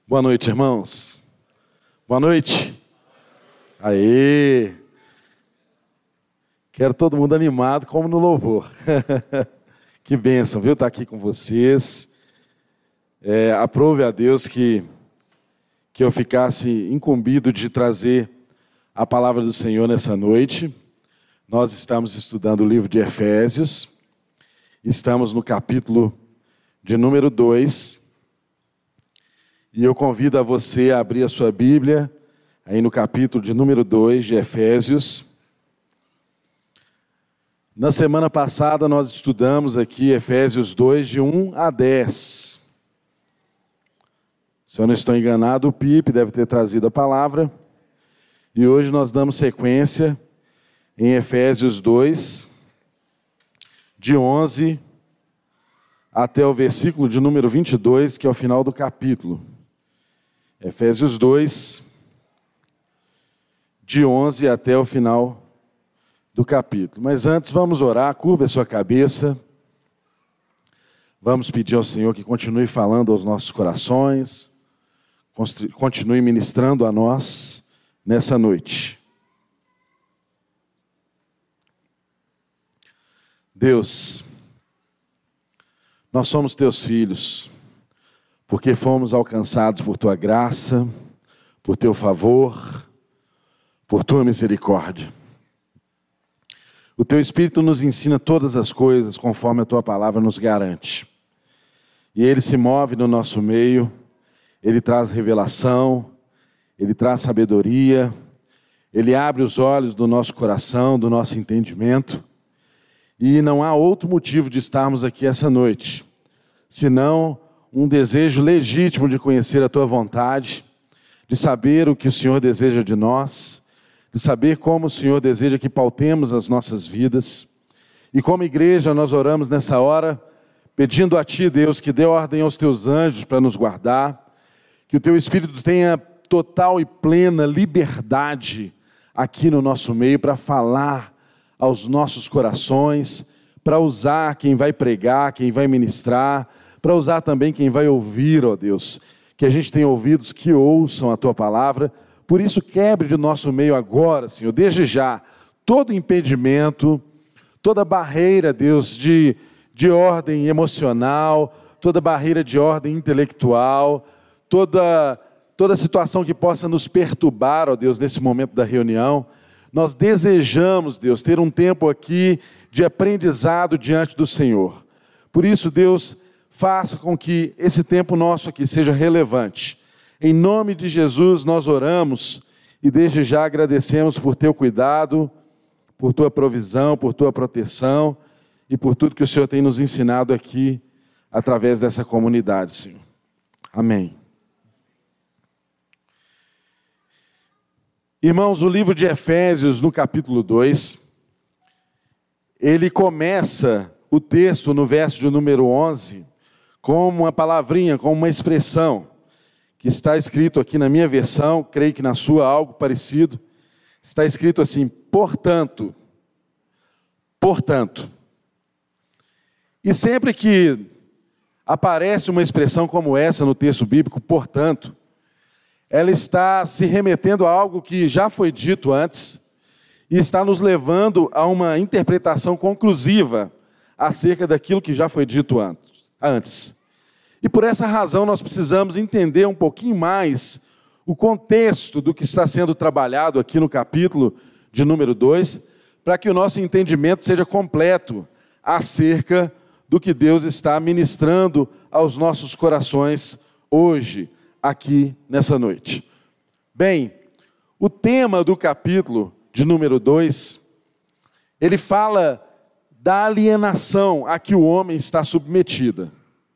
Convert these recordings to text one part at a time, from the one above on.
Boa noite, irmãos. Boa noite. Aê! Quero todo mundo animado, como no louvor. Que bênção, viu? Estar aqui com vocês. Aprove a Deus que eu ficasse incumbido de trazer a palavra do Senhor nessa noite. Nós estamos estudando o livro de Efésios. Estamos no capítulo de número 2. E eu convido a você a abrir a sua Bíblia, aí no capítulo de número 2 de Efésios. Na semana passada nós estudamos aqui Efésios 2, de 1 a 10. Se eu não estou enganado, o Pipe deve ter trazido a palavra. E hoje nós damos sequência em Efésios 2, de 11 até o versículo de número 22, que é o final do capítulo. Efésios 2, de 11 até o final do capítulo. Mas antes vamos orar, curva a sua cabeça. Vamos pedir ao Senhor que continue falando aos nossos corações, continue ministrando a nós nessa noite. Deus, nós somos teus filhos, porque fomos alcançados por tua graça, por teu favor, por tua misericórdia. O teu Espírito nos ensina todas as coisas conforme a tua palavra nos garante. E ele se move no nosso meio, ele traz revelação, ele traz sabedoria, ele abre os olhos do nosso coração, do nosso entendimento. E não há outro motivo de estarmos aqui essa noite, senão um desejo legítimo de conhecer a tua vontade, de saber o que o Senhor deseja de nós, de saber como o Senhor deseja que pautemos as nossas vidas. E como igreja nós oramos nessa hora, pedindo a Ti, Deus, que dê ordem aos Teus anjos para nos guardar, que o Teu Espírito tenha total e plena liberdade aqui no nosso meio para falar aos nossos corações, para usar quem vai pregar, quem vai ministrar, para usar também quem vai ouvir, ó Deus, que a gente tenha ouvidos que ouçam a Tua palavra. Por isso quebre de nosso meio agora, Senhor, desde já, todo impedimento, toda barreira, Deus, de ordem emocional, toda barreira de ordem intelectual, toda situação que possa nos perturbar, ó Deus, nesse momento da reunião. Nós desejamos, Deus, ter um tempo aqui de aprendizado diante do Senhor. Por isso, Deus, faça com que esse tempo nosso aqui seja relevante. Em nome de Jesus nós oramos e desde já agradecemos por teu cuidado, por tua provisão, por tua proteção e por tudo que o Senhor tem nos ensinado aqui através dessa comunidade, Senhor. Amém. Irmãos, o livro de Efésios, no capítulo 2, ele começa o texto no verso de número 11, com uma palavrinha, com uma expressão, que está escrito aqui na minha versão, creio que na sua algo parecido, está escrito assim, portanto. E sempre que aparece uma expressão como essa no texto bíblico, portanto, ela está se remetendo a algo que já foi dito antes e está nos levando a uma interpretação conclusiva acerca daquilo que já foi dito antes. E por essa razão nós precisamos entender um pouquinho mais o contexto do que está sendo trabalhado aqui no capítulo de número 2, para que o nosso entendimento seja completo acerca do que Deus está ministrando aos nossos corações hoje, aqui nessa noite. Bem, o tema do capítulo de número 2, ele fala da alienação a que o homem está submetido.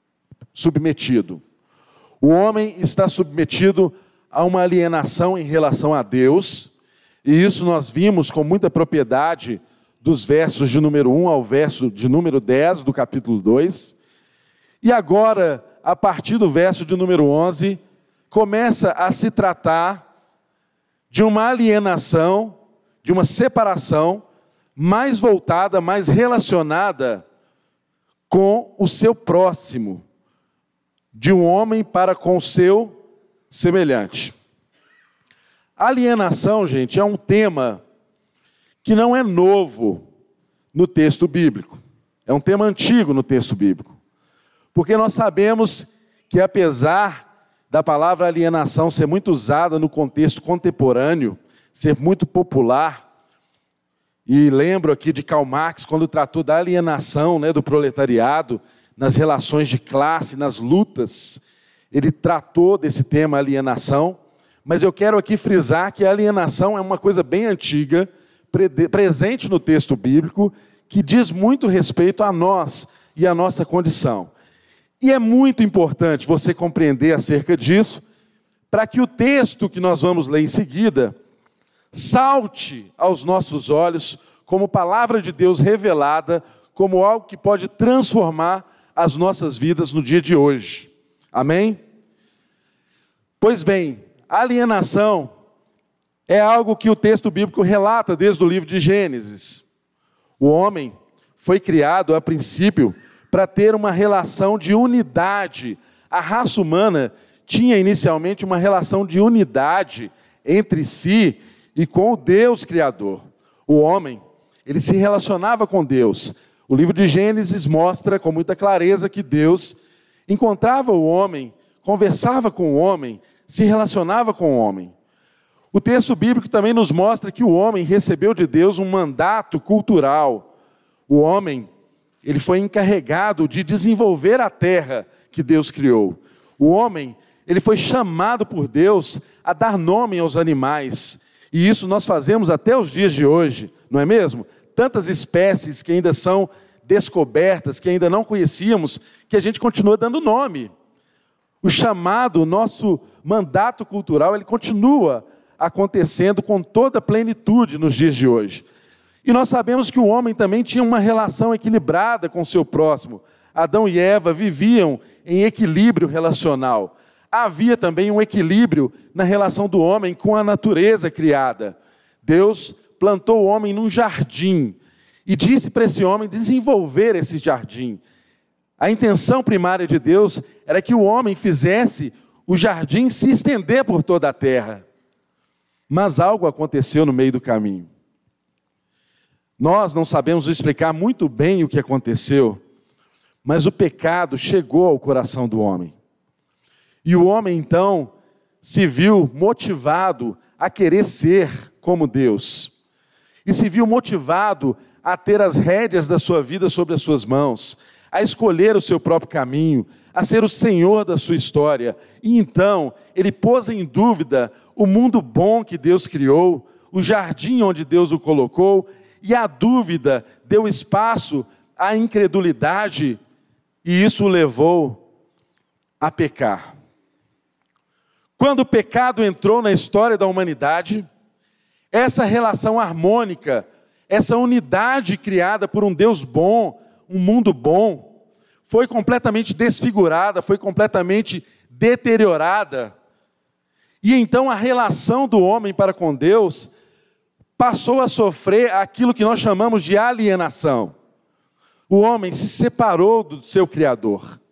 O homem está submetido a uma alienação em relação a Deus, e isso nós vimos com muita propriedade dos versos de número 1 ao verso de número 10 do capítulo 2. E agora, a partir do verso de número 11, começa a se tratar de uma alienação, de uma separação mais voltada, mais relacionada com o seu próximo, de um homem para com o seu semelhante. Alienação, gente, é um tema que não é novo no texto bíblico. É um tema antigo no texto bíblico. Porque nós sabemos que, apesar da palavra alienação ser muito usada no contexto contemporâneo, ser muito popular, e lembro aqui de Karl Marx, quando tratou da alienação, do proletariado, nas relações de classe, nas lutas, ele tratou desse tema alienação, mas eu quero aqui frisar que a alienação é uma coisa bem antiga, presente no texto bíblico, que diz muito respeito a nós e a nossa condição. E é muito importante você compreender acerca disso, para que o texto que nós vamos ler em seguida salte aos nossos olhos como palavra de Deus revelada, como algo que pode transformar as nossas vidas no dia de hoje. Amém? Pois bem, a alienação é algo que o texto bíblico relata desde o livro de Gênesis. O homem foi criado, a princípio, para ter uma relação de unidade. A raça humana tinha inicialmente uma relação de unidade entre si e com o Deus Criador. O homem, ele se relacionava com Deus. O livro de Gênesis mostra com muita clareza que Deus encontrava o homem, conversava com o homem, se relacionava com o homem. O texto bíblico também nos mostra que o homem recebeu de Deus um mandato cultural. O homem, ele foi encarregado de desenvolver a terra que Deus criou. O homem, ele foi chamado por Deus a dar nome aos animais. E isso nós fazemos até os dias de hoje, não é mesmo? Tantas espécies que ainda são descobertas, que ainda não conhecíamos, que a gente continua dando nome. O chamado, o nosso mandato cultural, ele continua acontecendo com toda a plenitude nos dias de hoje. E nós sabemos que o homem também tinha uma relação equilibrada com o seu próximo. Adão e Eva viviam em equilíbrio relacional. Havia também um equilíbrio na relação do homem com a natureza criada. Deus plantou o homem num jardim e disse para esse homem desenvolver esse jardim. A intenção primária de Deus era que o homem fizesse o jardim se estender por toda a terra. Mas algo aconteceu no meio do caminho. Nós não sabemos explicar muito bem o que aconteceu, mas o pecado chegou ao coração do homem. E o homem, então, se viu motivado a querer ser como Deus. E se viu motivado a ter as rédeas da sua vida sobre as suas mãos, a escolher o seu próprio caminho, a ser o senhor da sua história. E então, ele pôs em dúvida o mundo bom que Deus criou, o jardim onde Deus o colocou, e a dúvida deu espaço à incredulidade, e isso o levou a pecar. Quando o pecado entrou na história da humanidade, essa relação harmônica, essa unidade criada por um Deus bom, um mundo bom, foi completamente desfigurada, foi completamente deteriorada. E então a relação do homem para com Deus passou a sofrer aquilo que nós chamamos de alienação. O homem se separou do seu Criador.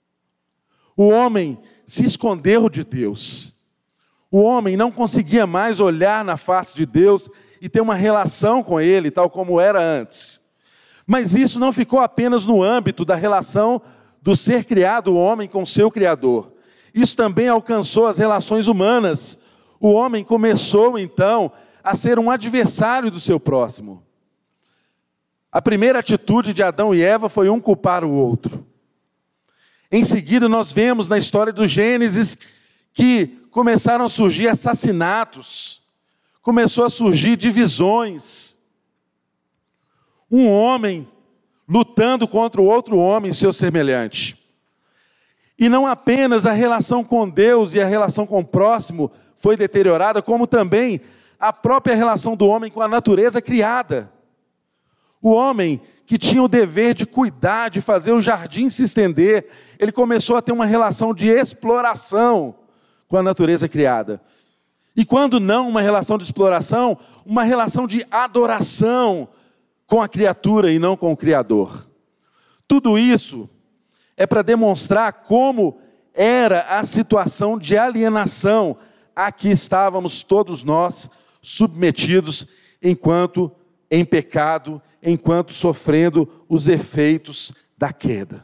O homem se escondeu de Deus. O homem não conseguia mais olhar na face de Deus e ter uma relação com Ele, tal como era antes. Mas isso não ficou apenas no âmbito da relação do ser criado, o homem, com o seu Criador. Isso também alcançou as relações humanas. O homem começou, então, a ser um adversário do seu próximo. A primeira atitude de Adão e Eva foi um culpar o outro. Em seguida, nós vemos na história do Gênesis que começaram a surgir assassinatos, começou a surgir divisões. Um homem lutando contra o outro homem, seu semelhante. E não apenas a relação com Deus e a relação com o próximo foi deteriorada, como também a própria relação do homem com a natureza criada. O homem que tinha o dever de cuidar, de fazer o jardim se estender, ele começou a ter uma relação de exploração com a natureza criada. E quando não uma relação de exploração, uma relação de adoração com a criatura e não com o Criador. Tudo isso é para demonstrar como era a situação de alienação a que estávamos todos nós submetidos enquanto em pecado, enquanto sofrendo os efeitos da queda.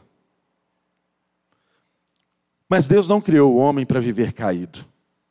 Mas Deus não criou o homem para viver caído.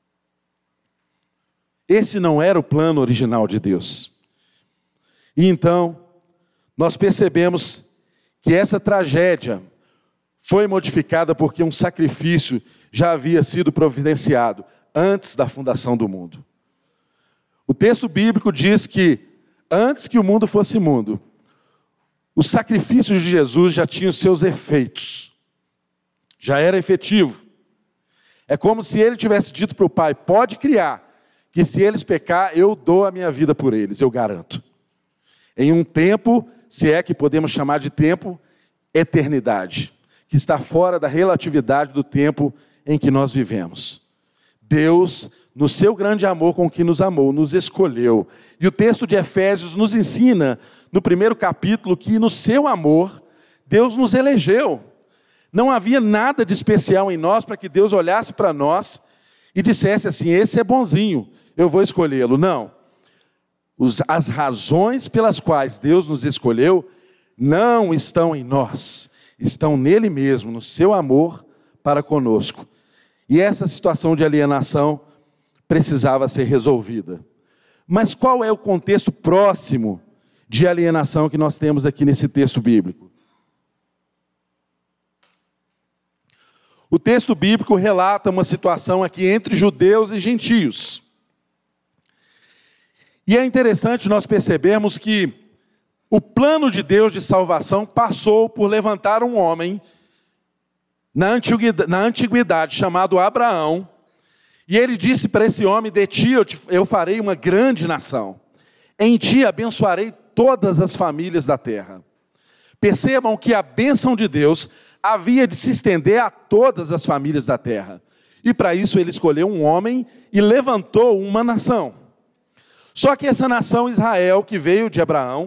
Esse não era o plano original de Deus. E então, nós percebemos que essa tragédia foi modificada porque um sacrifício já havia sido providenciado antes da fundação do mundo. O texto bíblico diz que antes que o mundo fosse mundo, os sacrifícios de Jesus já tinham seus efeitos. Já era efetivo. É como se ele tivesse dito para o Pai: pode criar, que se eles pecar, eu dou a minha vida por eles, eu garanto. Em um tempo, se é que podemos chamar de tempo, eternidade, que está fora da relatividade do tempo em que nós vivemos. Deus, no seu grande amor com que nos amou, nos escolheu. E o texto de Efésios nos ensina, no primeiro capítulo, que no seu amor, Deus nos elegeu. Não havia nada de especial em nós para que Deus olhasse para nós e dissesse assim: esse é bonzinho, eu vou escolhê-lo. Não. As razões pelas quais Deus nos escolheu não estão em nós, estão nele mesmo, no seu amor para conosco. E essa situação de alienação precisava ser resolvida. Mas qual é o contexto próximo de alienação que nós temos aqui nesse texto bíblico? O texto bíblico relata uma situação aqui entre judeus e gentios. E é interessante nós percebermos que o plano de Deus de salvação passou por levantar um homem na antiguidade chamado Abraão. E ele disse para esse homem: de ti eu farei uma grande nação. Em ti abençoarei todas as famílias da terra. Percebam que a bênção de Deus havia de se estender a todas as famílias da terra. E para isso ele escolheu um homem e levantou uma nação. Só que essa nação Israel, que veio de Abraão,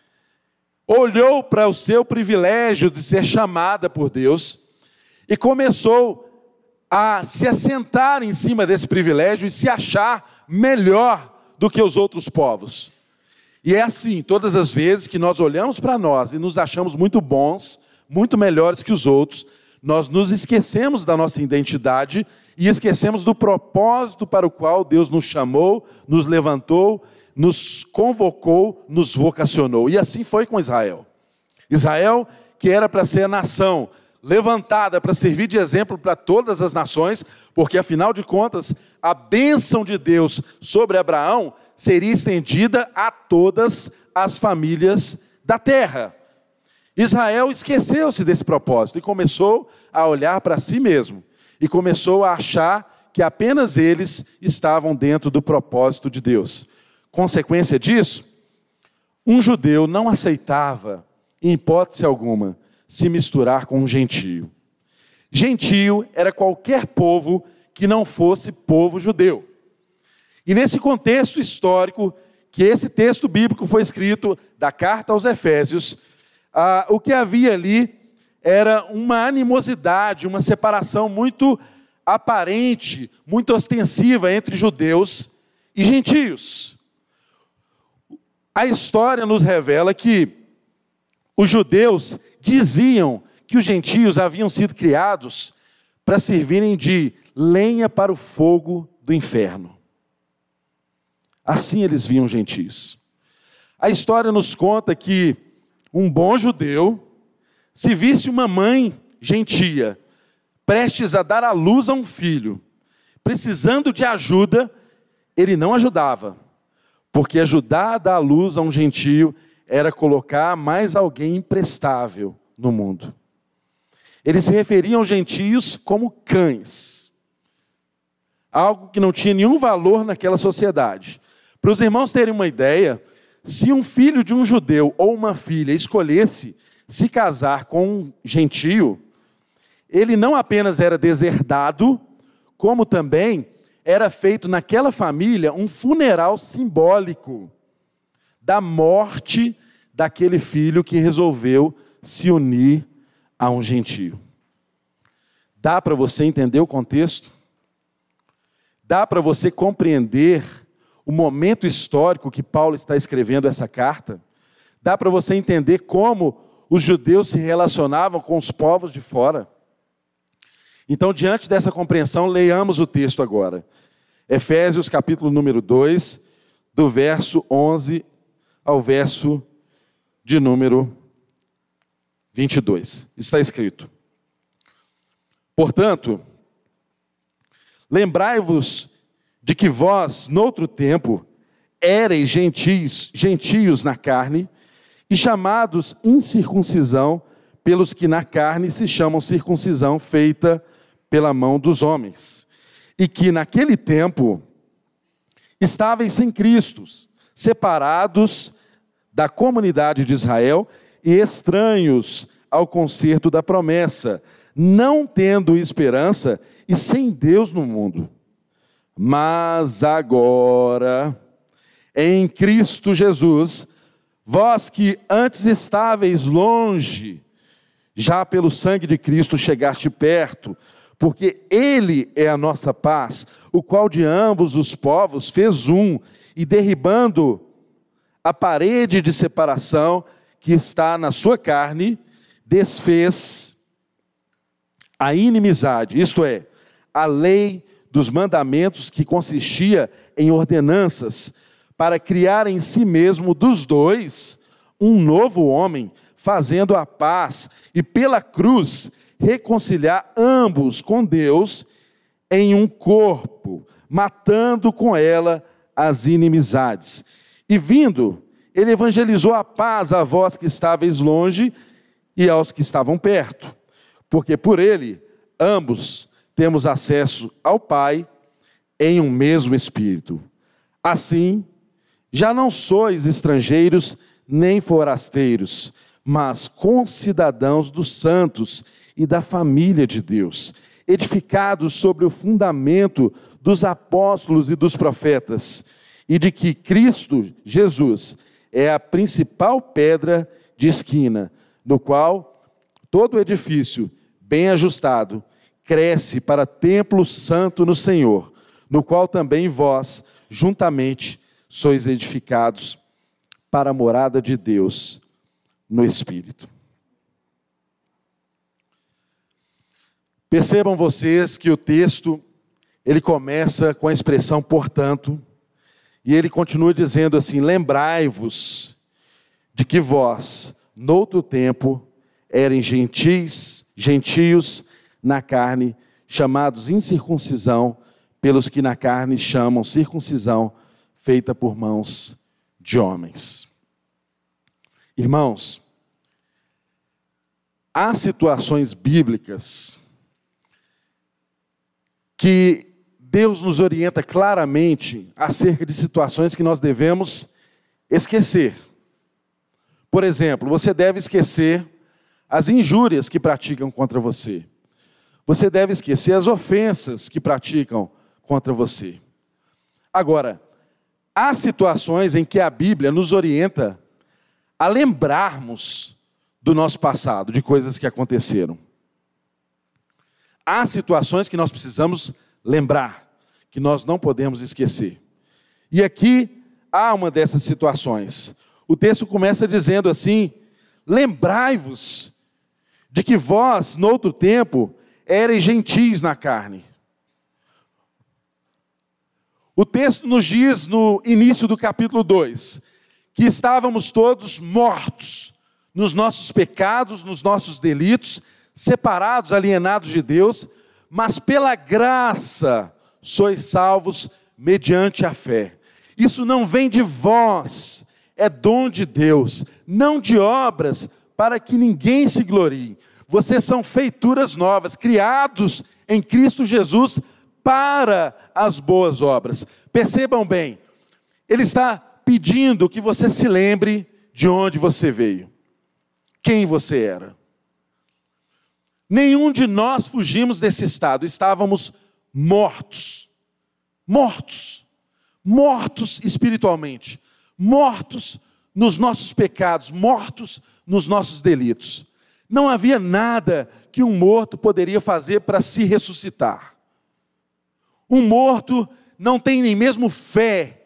olhou para o seu privilégio de ser chamada por Deus e começou a se assentar em cima desse privilégio e se achar melhor do que os outros povos. E é assim, todas as vezes que nós olhamos para nós e nos achamos muito bons, muito melhores que os outros, nós nos esquecemos da nossa identidade e esquecemos do propósito para o qual Deus nos chamou, nos levantou, nos convocou, nos vocacionou. E assim foi com Israel. Israel, que era para ser a nação levantada para servir de exemplo para todas as nações, porque afinal de contas, a bênção de Deus sobre Abraão seria estendida a todas as famílias da terra. Israel esqueceu-se desse propósito e começou a olhar para si mesmo. E começou a achar que apenas eles estavam dentro do propósito de Deus. Consequência disso, um judeu não aceitava, em hipótese alguma, se misturar com um gentio. Gentio era qualquer povo que não fosse povo judeu. E nesse contexto histórico, que esse texto bíblico foi escrito, da carta aos Efésios, o que havia ali era uma animosidade, uma separação muito aparente, muito ostensiva entre judeus e gentios. A história nos revela que os judeus diziam que os gentios haviam sido criados para servirem de lenha para o fogo do inferno. Assim eles viam os gentios. A história nos conta que um bom judeu, se visse uma mãe gentia, prestes a dar à luz a um filho, precisando de ajuda, ele não ajudava, porque ajudar a dar à luz a um gentio era colocar mais alguém imprestável no mundo. Eles se referiam aos gentios como cães, algo que não tinha nenhum valor naquela sociedade. Para os irmãos terem uma ideia, se um filho de um judeu ou uma filha escolhesse se casar com um gentio, ele não apenas era deserdado, como também era feito naquela família um funeral simbólico da morte daquele filho que resolveu se unir a um gentio. Dá para você entender o contexto? Dá para você compreender o momento histórico que Paulo está escrevendo essa carta? Dá para você entender como os judeus se relacionavam com os povos de fora? Então, diante dessa compreensão, leiamos o texto agora. Efésios capítulo número 2, do verso 11 ao verso de número 22. Está escrito: portanto, lembrai-vos de que vós, noutro tempo, éreis gentios na carne, e chamados incircuncisão pelos que na carne se chamam circuncisão feita pela mão dos homens, e que naquele tempo estáveis sem Cristo, separados da comunidade de Israel e estranhos ao concerto da promessa, não tendo esperança e sem Deus no mundo. Mas agora, em Cristo Jesus, vós que antes estáveis longe, já pelo sangue de Cristo chegaste perto, porque Ele é a nossa paz, o qual de ambos os povos fez um, e derribando a parede de separação que está na sua carne, desfez a inimizade, isto é, a lei dos mandamentos que consistia em ordenanças, para criar em si mesmo dos dois um novo homem, fazendo a paz, e pela cruz reconciliar ambos com Deus em um corpo, matando com ela as inimizades. E vindo, ele evangelizou a paz a vós que estáveis longe e aos que estavam perto, porque por ele ambos temos acesso ao Pai em um mesmo Espírito. Assim, já não sois estrangeiros nem forasteiros, mas concidadãos dos santos e da família de Deus, edificados sobre o fundamento dos apóstolos e dos profetas, e de que Cristo Jesus é a principal pedra de esquina, no qual todo edifício bem ajustado cresce para templo santo no Senhor, no qual também vós, juntamente, sois edificados para a morada de Deus no Espírito. Percebam vocês que o texto, ele começa com a expressão portanto, e ele continua dizendo assim: lembrai-vos de que vós, noutro tempo, eram gentios na carne, chamados incircuncisão, pelos que na carne chamam circuncisão, feita por mãos de homens. Irmãos, há situações bíblicas que Deus nos orienta claramente acerca de situações que nós devemos esquecer. Por exemplo, você deve esquecer as injúrias que praticam contra você. Você deve esquecer as ofensas que praticam contra você. Agora, há situações em que a Bíblia nos orienta a lembrarmos do nosso passado, de coisas que aconteceram. Há situações que nós precisamos lembrar, que nós não podemos esquecer. E aqui há uma dessas situações. O texto começa dizendo assim: lembrai-vos de que vós, noutro tempo, erais gentios na carne. O texto nos diz no início do capítulo 2, que estávamos todos mortos nos nossos pecados, nos nossos delitos, separados, alienados de Deus, mas pela graça sois salvos mediante a fé. Isso não vem de vós, é dom de Deus, não de obras, para que ninguém se glorie. Vocês são feituras novas, criados em Cristo Jesus para as boas obras. Percebam bem, ele está pedindo que você se lembre de onde você veio, quem você era. Nenhum de nós fugimos desse estado, estávamos mortos espiritualmente, mortos nos nossos pecados, mortos nos nossos delitos. Não havia nada que um morto poderia fazer para se ressuscitar. Um morto não tem nem mesmo fé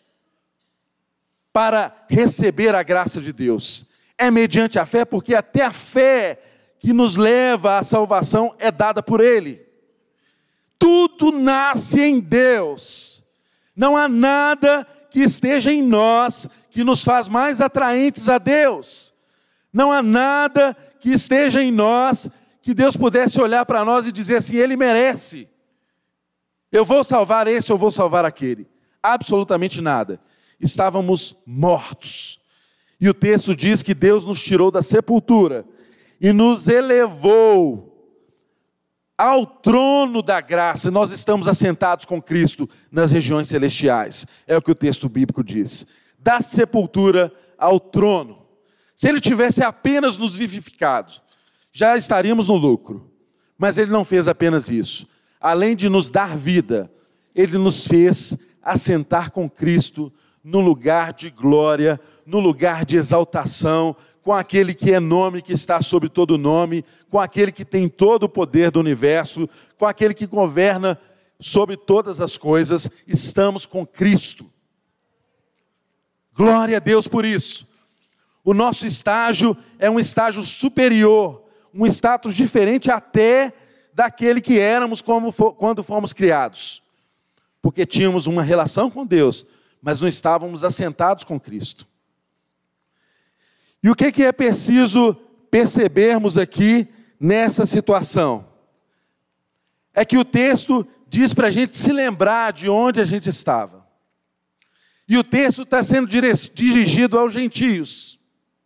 para receber a graça de Deus. É mediante a fé, porque até a fé que nos leva à salvação é dada por Ele. Tudo nasce em Deus. Não há nada que esteja em nós que nos faz mais atraentes a Deus. Não há nada que esteja em nós que Deus pudesse olhar para nós e dizer assim: Ele merece. Eu vou salvar esse, eu vou salvar aquele. Absolutamente nada. Estávamos mortos. E o texto diz que Deus nos tirou da sepultura e nos elevou ao trono da graça. Nós estamos assentados com Cristo nas regiões celestiais. É o que o texto bíblico diz. Da sepultura ao trono. Se Ele tivesse apenas nos vivificado, já estaríamos no lucro. Mas Ele não fez apenas isso. Além de nos dar vida, Ele nos fez assentar com Cristo no lugar de glória, no lugar de exaltação, com aquele que é nome, que está sobre todo nome, com aquele que tem todo o poder do universo, com aquele que governa sobre todas as coisas. Estamos com Cristo. Glória a Deus por isso. O nosso estágio é um estágio superior, um status diferente até daquele que éramos quando fomos criados. Porque tínhamos uma relação com Deus, mas não estávamos assentados com Cristo. E o que é preciso percebermos aqui nessa situação? É que o texto diz para a gente se lembrar de onde a gente estava. E o texto está sendo dirigido aos gentios.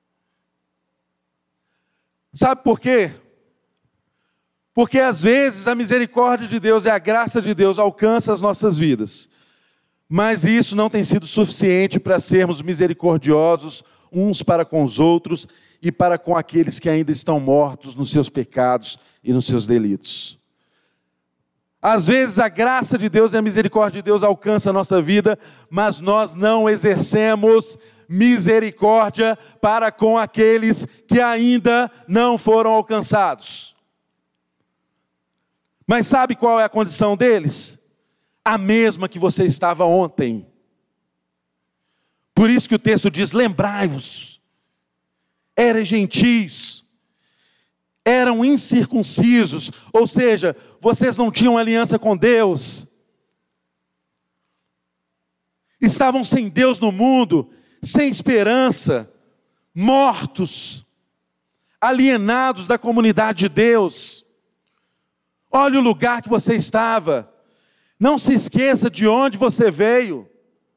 Sabe por quê? Porque às vezes a misericórdia de Deus e a graça de Deus alcança as nossas vidas. Mas isso não tem sido suficiente para sermos misericordiosos uns para com os outros e para com aqueles que ainda estão mortos nos seus pecados e nos seus delitos. Às vezes a graça de Deus e a misericórdia de Deus alcança a nossa vida, mas nós não exercemos misericórdia para com aqueles que ainda não foram alcançados. Mas sabe qual é a condição deles? A mesma que você estava ontem. Por isso que o texto diz: lembrai-vos, eram gentios, eram incircuncisos, ou seja, vocês não tinham aliança com Deus, estavam sem Deus no mundo, sem esperança, mortos, alienados da comunidade de Deus. Olha o lugar que você estava, não se esqueça de onde você veio.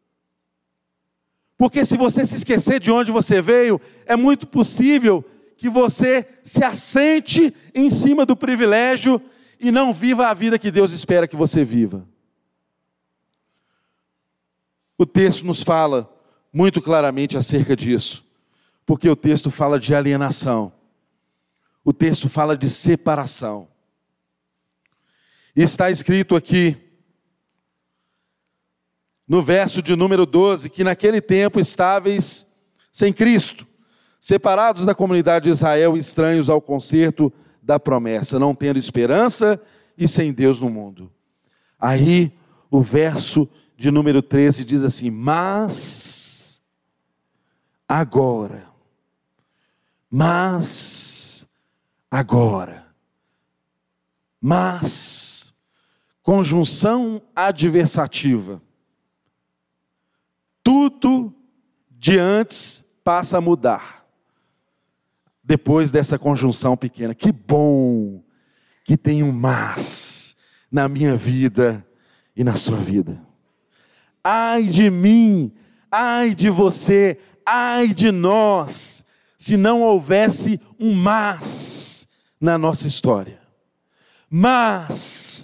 Porque se você se esquecer de onde você veio, é muito possível que você se assente em cima do privilégio e não viva a vida que Deus espera que você viva. O texto nos fala muito claramente acerca disso, porque o texto fala de alienação, o texto fala de separação. E está escrito aqui, no verso de número 12, que naquele tempo estáveis sem Cristo, separados da comunidade de Israel, estranhos ao concerto da promessa, não tendo esperança e sem Deus no mundo. Aí o verso de número 13 diz assim: mas agora, conjunção adversativa, tudo de antes passa a mudar, depois dessa conjunção pequena. Que bom que tem um mas na minha vida e na sua vida. Ai de mim, ai de você, ai de nós, se não houvesse um mas na nossa história. Mas,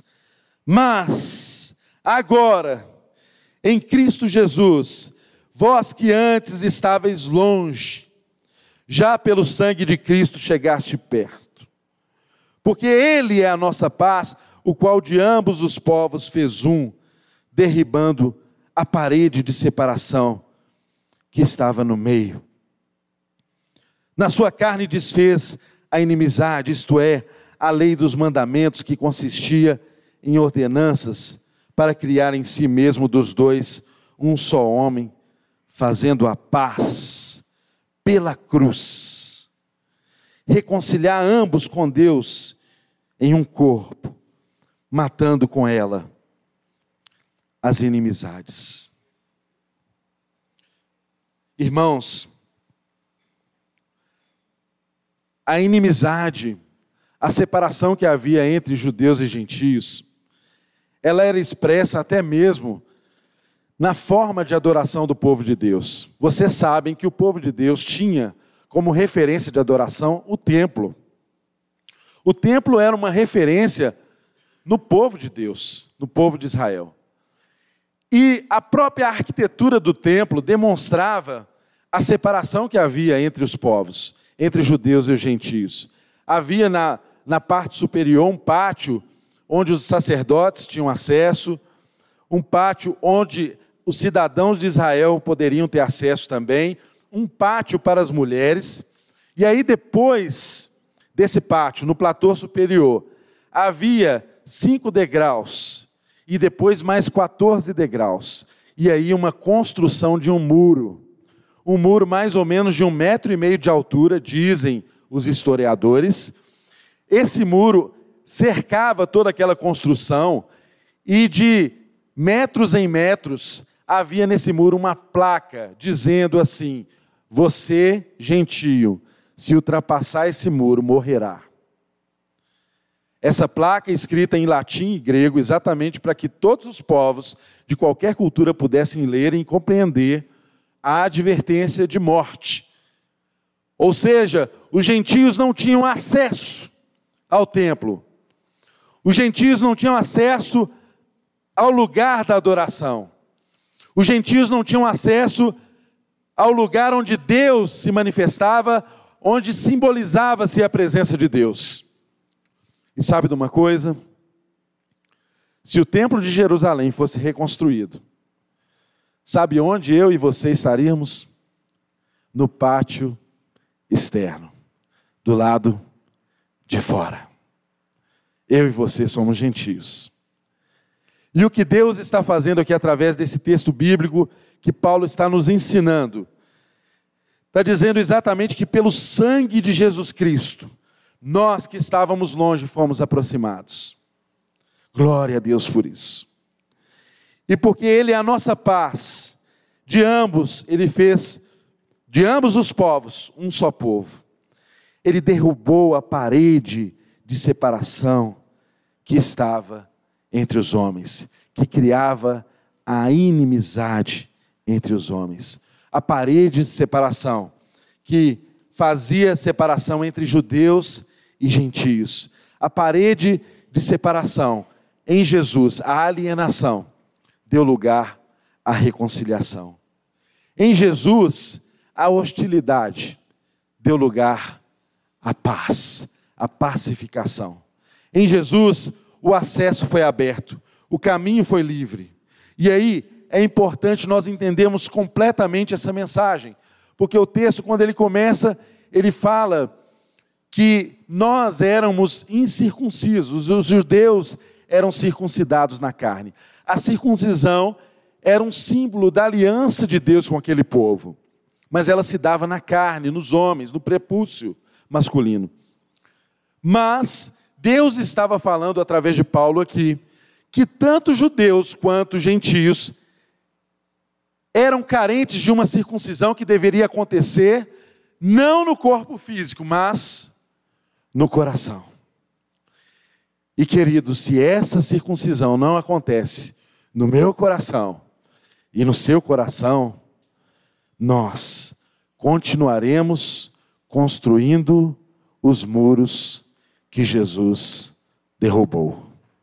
agora, em Cristo Jesus, vós que antes estáveis longe, já pelo sangue de Cristo chegaste perto. Porque Ele é a nossa paz, o qual de ambos os povos fez um, derribando a parede de separação que estava no meio. Na sua carne desfez a inimizade, isto é, a lei dos mandamentos, que consistia em ordenanças para criar em si mesmo dos dois um só homem, fazendo a paz pela cruz, reconciliar ambos com Deus em um corpo, matando com ela as inimizades. Irmãos, a inimizade, a separação que havia entre judeus e gentios, ela era expressa até mesmo na forma de adoração do povo de Deus. Vocês sabem que o povo de Deus tinha como referência de adoração o templo. O templo era uma referência no povo de Deus, no povo de Israel. E a própria arquitetura do templo demonstrava a separação que havia entre os povos, entre os judeus e os gentios. Havia na parte superior um pátio onde os sacerdotes tinham acesso, um pátio onde os cidadãos de Israel poderiam ter acesso também, um pátio para as mulheres. E aí depois desse pátio, no platô superior, havia 5 degraus, e depois mais 14 degraus. E aí uma construção de um muro mais ou menos de 1,5 metro de altura, dizem os historiadores. Esse muro cercava toda aquela construção, e de metros em metros, havia nesse muro uma placa, dizendo assim: você, gentio, se ultrapassar esse muro, morrerá. Essa placa, escrita em latim e grego, exatamente para que todos os povos de qualquer cultura pudessem ler e compreender a advertência de morte. Ou seja, os gentios não tinham acesso ao templo. Os gentios não tinham acesso ao lugar da adoração. Os gentios não tinham acesso ao lugar onde Deus se manifestava, onde simbolizava-se a presença de Deus. E sabe de uma coisa? Se o templo de Jerusalém fosse reconstruído, sabe onde eu e você estaríamos? No pátio externo, do lado de fora. Eu e você somos gentios. E o que Deus está fazendo aqui através desse texto bíblico que Paulo está nos ensinando, está dizendo exatamente que pelo sangue de Jesus Cristo, nós que estávamos longe fomos aproximados. Glória a Deus por isso. E porque Ele é a nossa paz, de ambos Ele fez, de ambos os povos, um só povo. Ele derrubou a parede de separação que estava entre os homens, que criava a inimizade entre os homens. A parede de separação que fazia separação entre judeus e gentios. A parede de separação em Jesus, a alienação, deu lugar à reconciliação. Em Jesus, a hostilidade deu lugar à paz, à pacificação. Em Jesus, o acesso foi aberto, o caminho foi livre. E aí, é importante nós entendermos completamente essa mensagem, porque o texto, quando ele começa, ele fala que nós éramos incircuncisos, os judeus eram circuncidados na carne. A circuncisão era um símbolo da aliança de Deus com aquele povo, mas ela se dava na carne, nos homens, no prepúcio masculino. Mas Deus estava falando através de Paulo aqui, que tanto judeus quanto gentios eram carentes de uma circuncisão que deveria acontecer, não no corpo físico, mas no coração. E querido, se essa circuncisão não acontece no meu coração e no seu coração, nós continuaremos construindo os muros que Jesus derrubou.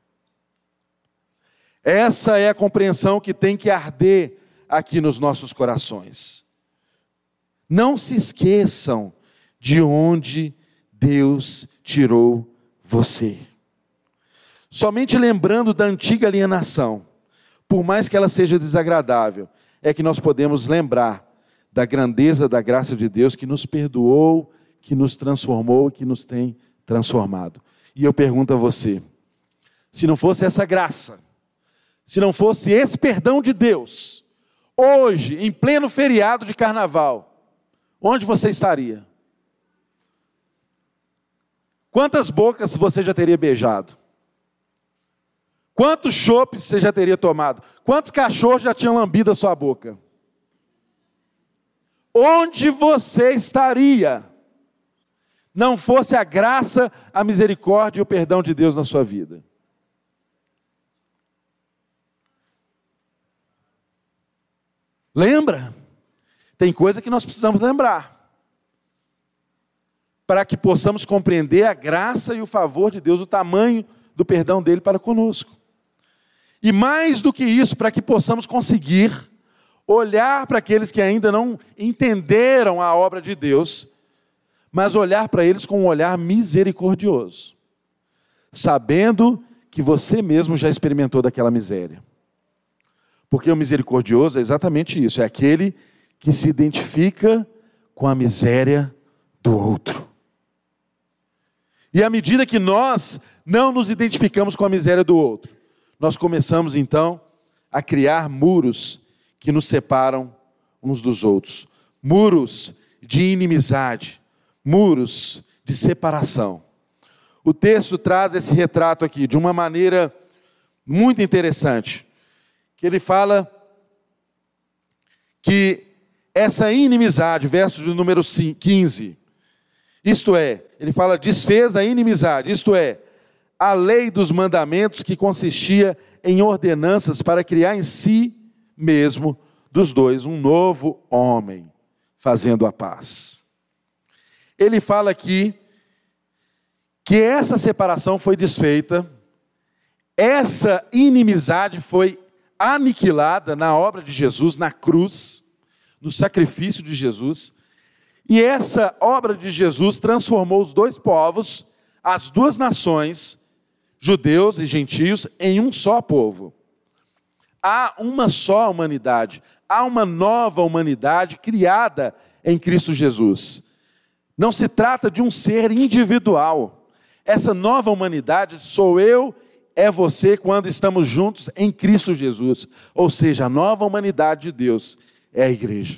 Essa é a compreensão que tem que arder aqui nos nossos corações. Não se esqueçam de onde Deus tirou você. Somente lembrando da antiga alienação, por mais que ela seja desagradável, é que nós podemos lembrar da grandeza da graça de Deus que nos perdoou, que nos transformou e que nos tem transformado. E eu pergunto a você, se não fosse essa graça, se não fosse esse perdão de Deus, hoje, em pleno feriado de carnaval, onde você estaria? Quantas bocas você já teria beijado? Quantos chopes você já teria tomado? Quantos cachorros já tinham lambido a sua boca? Onde você estaria? Não fosse a graça, a misericórdia e o perdão de Deus na sua vida. Lembra? Tem coisa que nós precisamos lembrar, para que possamos compreender a graça e o favor de Deus, o tamanho do perdão dele para conosco. E mais do que isso, para que possamos conseguir olhar para aqueles que ainda não entenderam a obra de Deus, mas olhar para eles com um olhar misericordioso, sabendo que você mesmo já experimentou daquela miséria. Porque o misericordioso é exatamente isso, é aquele que se identifica com a miséria do outro. E à medida que nós não nos identificamos com a miséria do outro, nós começamos então a criar muros que nos separam uns dos outros. Muros de inimizade, muros de separação. O texto traz esse retrato aqui de uma maneira muito interessante, que ele fala que essa inimizade, verso de número 15, isto é, ele fala desfez a inimizade, isto é, a lei dos mandamentos que consistia em ordenanças para criar em si mesmo dos dois um novo homem, fazendo a paz. Ele fala aqui que essa separação foi desfeita, essa inimizade foi aniquilada na obra de Jesus, na cruz, no sacrifício de Jesus, e essa obra de Jesus transformou os dois povos, as duas nações, judeus e gentios, em um só povo. Há uma só humanidade, há uma nova humanidade criada em Cristo Jesus. Não se trata de um ser individual. Essa nova humanidade sou eu, é você, quando estamos juntos em Cristo Jesus. Ou seja, a nova humanidade de Deus é a igreja.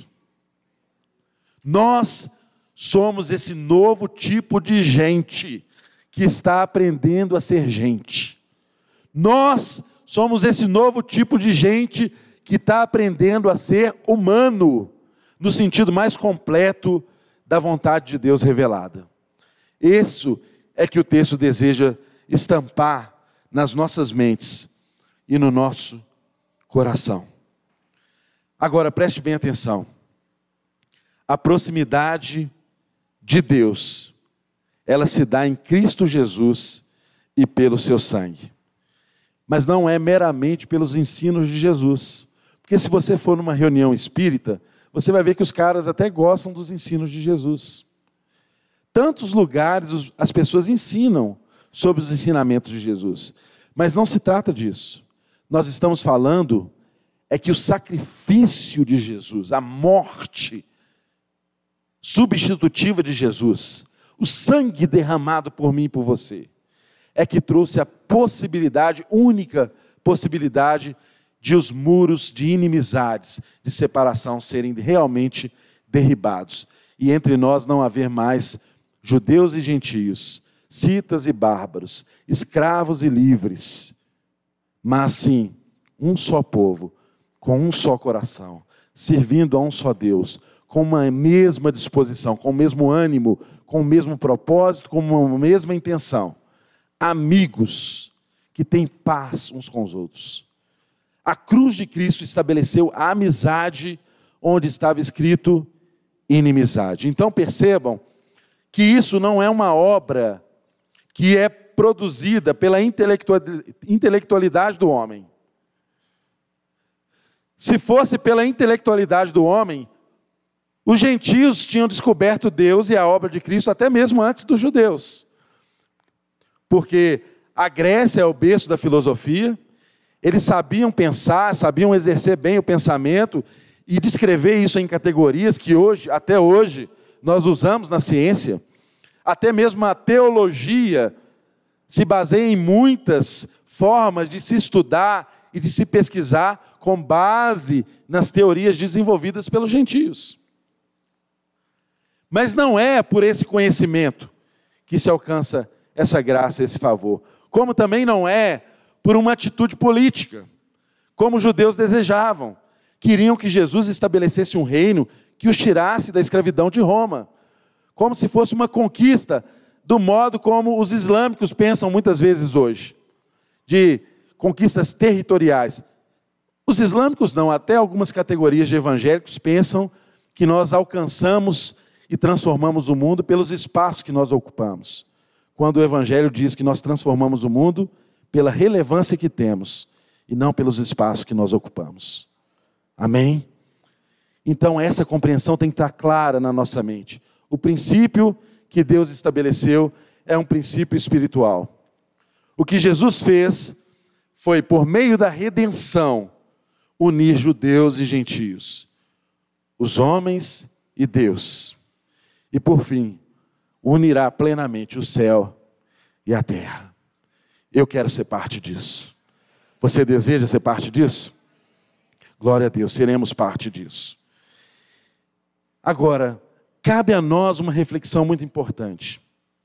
Nós somos esse novo tipo de gente que está aprendendo a ser gente. Nós somos esse novo tipo de gente que está aprendendo a ser humano, no sentido mais completo da vontade de Deus revelada. Isso é que o texto deseja estampar nas nossas mentes e no nosso coração. Agora, preste bem atenção. A proximidade de Deus, ela se dá em Cristo Jesus e pelo seu sangue. Mas não é meramente pelos ensinos de Jesus. Porque se você for numa reunião espírita, você vai ver que os caras até gostam dos ensinos de Jesus. Tantos lugares as pessoas ensinam sobre os ensinamentos de Jesus. Mas não se trata disso. Nós estamos falando é que o sacrifício de Jesus, a morte substitutiva de Jesus, o sangue derramado por mim e por você, é que trouxe a possibilidade, única possibilidade, de os muros de inimizades, de separação serem realmente derribados. E entre nós não haver mais judeus e gentios, citas e bárbaros, escravos e livres, mas sim, um só povo, com um só coração, servindo a um só Deus, com uma mesma disposição, com o mesmo ânimo, com o mesmo propósito, com uma mesma intenção. Amigos que têm paz uns com os outros. A cruz de Cristo estabeleceu a amizade onde estava escrito inimizade. Então percebam que isso não é uma obra que é produzida pela intelectualidade do homem. Se fosse pela intelectualidade do homem, os gentios tinham descoberto Deus e a obra de Cristo até mesmo antes dos judeus. Porque a Grécia é o berço da filosofia, eles sabiam pensar, sabiam exercer bem o pensamento e descrever isso em categorias que hoje, até hoje, nós usamos na ciência. até mesmo a teologia, se baseia em muitas formas de se estudar e de se pesquisar com base nas teorias desenvolvidas pelos gentios. Mas não é por esse conhecimento que se alcança essa graça, esse favor. Como também não é por uma atitude política, como os judeus desejavam. Queriam que Jesus estabelecesse um reino que os tirasse da escravidão de Roma, como se fosse uma conquista, do modo como os islâmicos pensam muitas vezes hoje, de conquistas territoriais. Os islâmicos não, até algumas categorias de evangélicos pensam que nós alcançamos e transformamos o mundo pelos espaços que nós ocupamos, quando o evangelho diz que nós transformamos o mundo pela relevância que temos e não pelos espaços que nós ocupamos. Amém? Então essa compreensão tem que estar clara na nossa mente. O princípio que Deus estabeleceu é um princípio espiritual. O que Jesus fez foi, por meio da redenção, unir judeus e gentios, os homens e Deus. E por fim, unirá plenamente o céu e a terra. Eu quero ser parte disso. Você deseja ser parte disso? Glória a Deus, seremos parte disso. Agora, cabe a nós uma reflexão muito importante.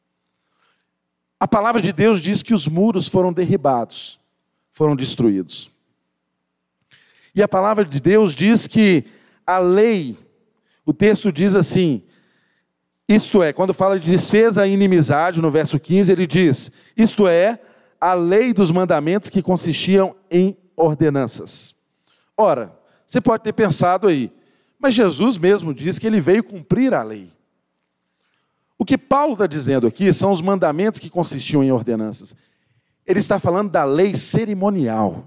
A palavra de Deus diz que os muros foram derribados, foram destruídos. E a palavra de Deus diz que a lei, o texto diz assim, isto é, quando fala de desfez a inimizade, no verso 15, ele diz, isto é, a lei dos mandamentos que consistiam em ordenanças. Ora, você pode ter pensado aí, mas Jesus mesmo diz que ele veio cumprir a lei. O que Paulo está dizendo aqui são os mandamentos que consistiam em ordenanças. Ele está falando da lei cerimonial.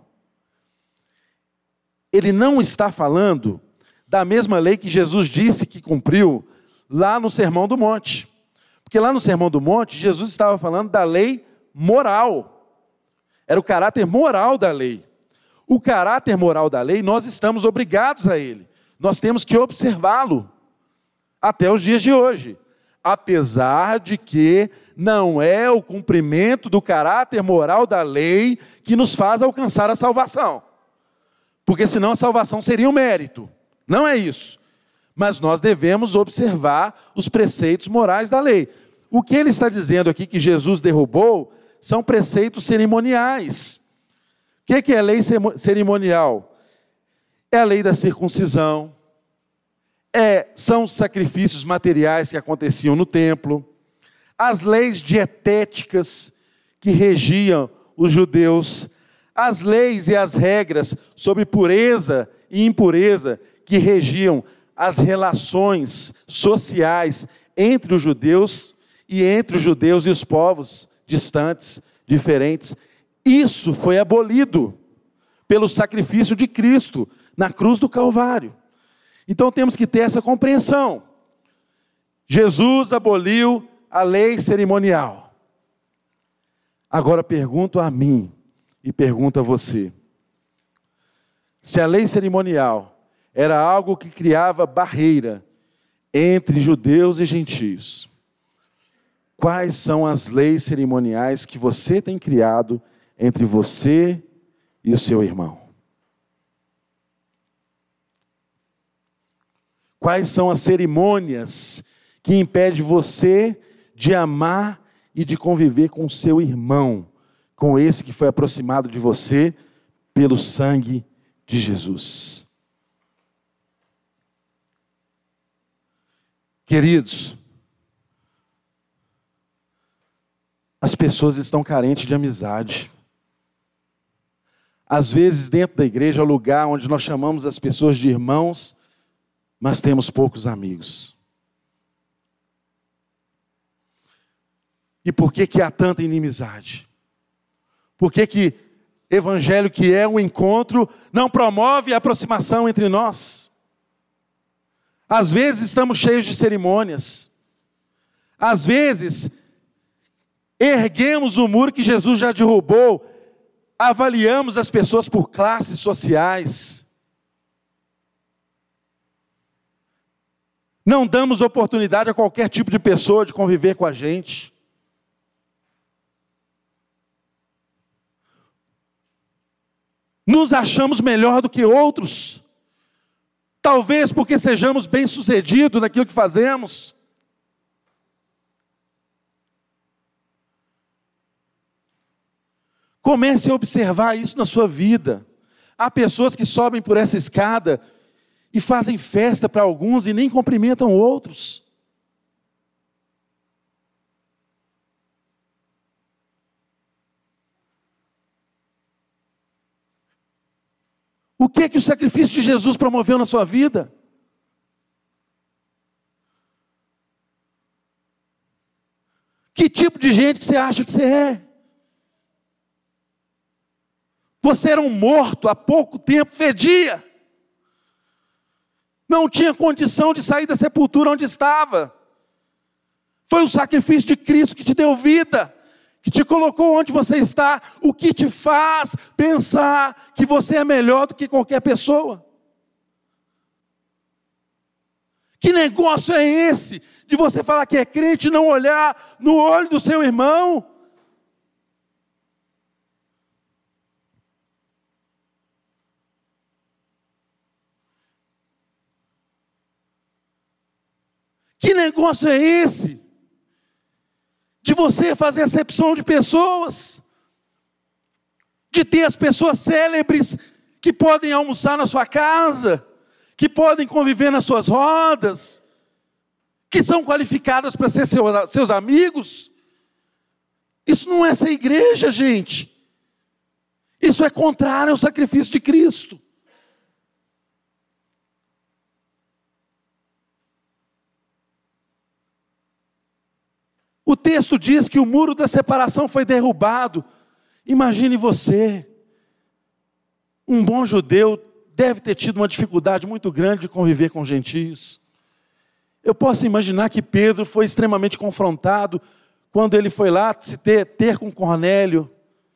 Ele não está falando da mesma lei que Jesus disse que cumpriu lá no Sermão do Monte. Porque lá no Sermão do Monte, Jesus estava falando da lei moral. Era o caráter moral da lei. O caráter moral da lei, nós estamos obrigados a ele. Nós temos que observá-lo até os dias de hoje. Apesar de que não é o cumprimento do caráter moral da lei que nos faz alcançar a salvação. Porque senão a salvação seria um mérito. Não é isso. Mas nós devemos observar os preceitos morais da lei. O que ele está dizendo aqui que Jesus derrubou são preceitos cerimoniais. O que é lei cerimonial? É a lei da circuncisão, são os sacrifícios materiais que aconteciam no templo, as leis dietéticas que regiam os judeus, as leis e as regras sobre pureza e impureza que regiam as relações sociais entre os judeus e os povos distantes, diferentes. Isso foi abolido pelo sacrifício de Cristo na cruz do Calvário. Então temos que ter essa compreensão. Jesus aboliu a lei cerimonial. Agora pergunto a mim e pergunto a você. Se a lei cerimonial era algo que criava barreira entre judeus e gentios, quais são as leis cerimoniais que você tem criado entre você e o seu irmão? Quais são as cerimônias que impedem você de amar e de conviver com o seu irmão, com esse que foi aproximado de você pelo sangue de Jesus? Queridos, as pessoas estão carentes de amizade. Às vezes, dentro da igreja, é o lugar onde nós chamamos as pessoas de irmãos, mas temos poucos amigos. E por que há tanta inimizade? Por que evangelho, que é um encontro, não promove a aproximação entre nós? Às vezes estamos cheios de cerimônias. Às vezes erguemos o muro que Jesus já derrubou, avaliamos as pessoas por classes sociais. Não damos oportunidade a qualquer tipo de pessoa de conviver com a gente. Nos achamos melhor do que outros. Talvez porque sejamos bem-sucedidos naquilo que fazemos. Comece a observar isso na sua vida. Há pessoas que sobem por essa escada e fazem festa para alguns e nem cumprimentam outros. O que o sacrifício de Jesus promoveu na sua vida? Que tipo de gente que você acha que você é? Você era um morto, há pouco tempo fedia. Não tinha condição de sair da sepultura onde estava. Foi o sacrifício de Cristo que te deu vida, que te colocou onde você está, o que te faz pensar que você é melhor do que qualquer pessoa. Que negócio é esse de você falar que é crente e não olhar no olho do seu irmão? Que negócio é esse de você fazer acepção de pessoas, de ter as pessoas célebres que podem almoçar na sua casa, que podem conviver nas suas rodas, que são qualificadas para ser seus amigos? Isso não é ser igreja, gente. Isso é contrário ao sacrifício de Cristo. O texto diz que o muro da separação foi derrubado. Imagine você, um bom judeu deve ter tido uma dificuldade muito grande de conviver com gentios. Eu posso imaginar que Pedro foi extremamente confrontado quando ele foi lá se ter com Cornélio.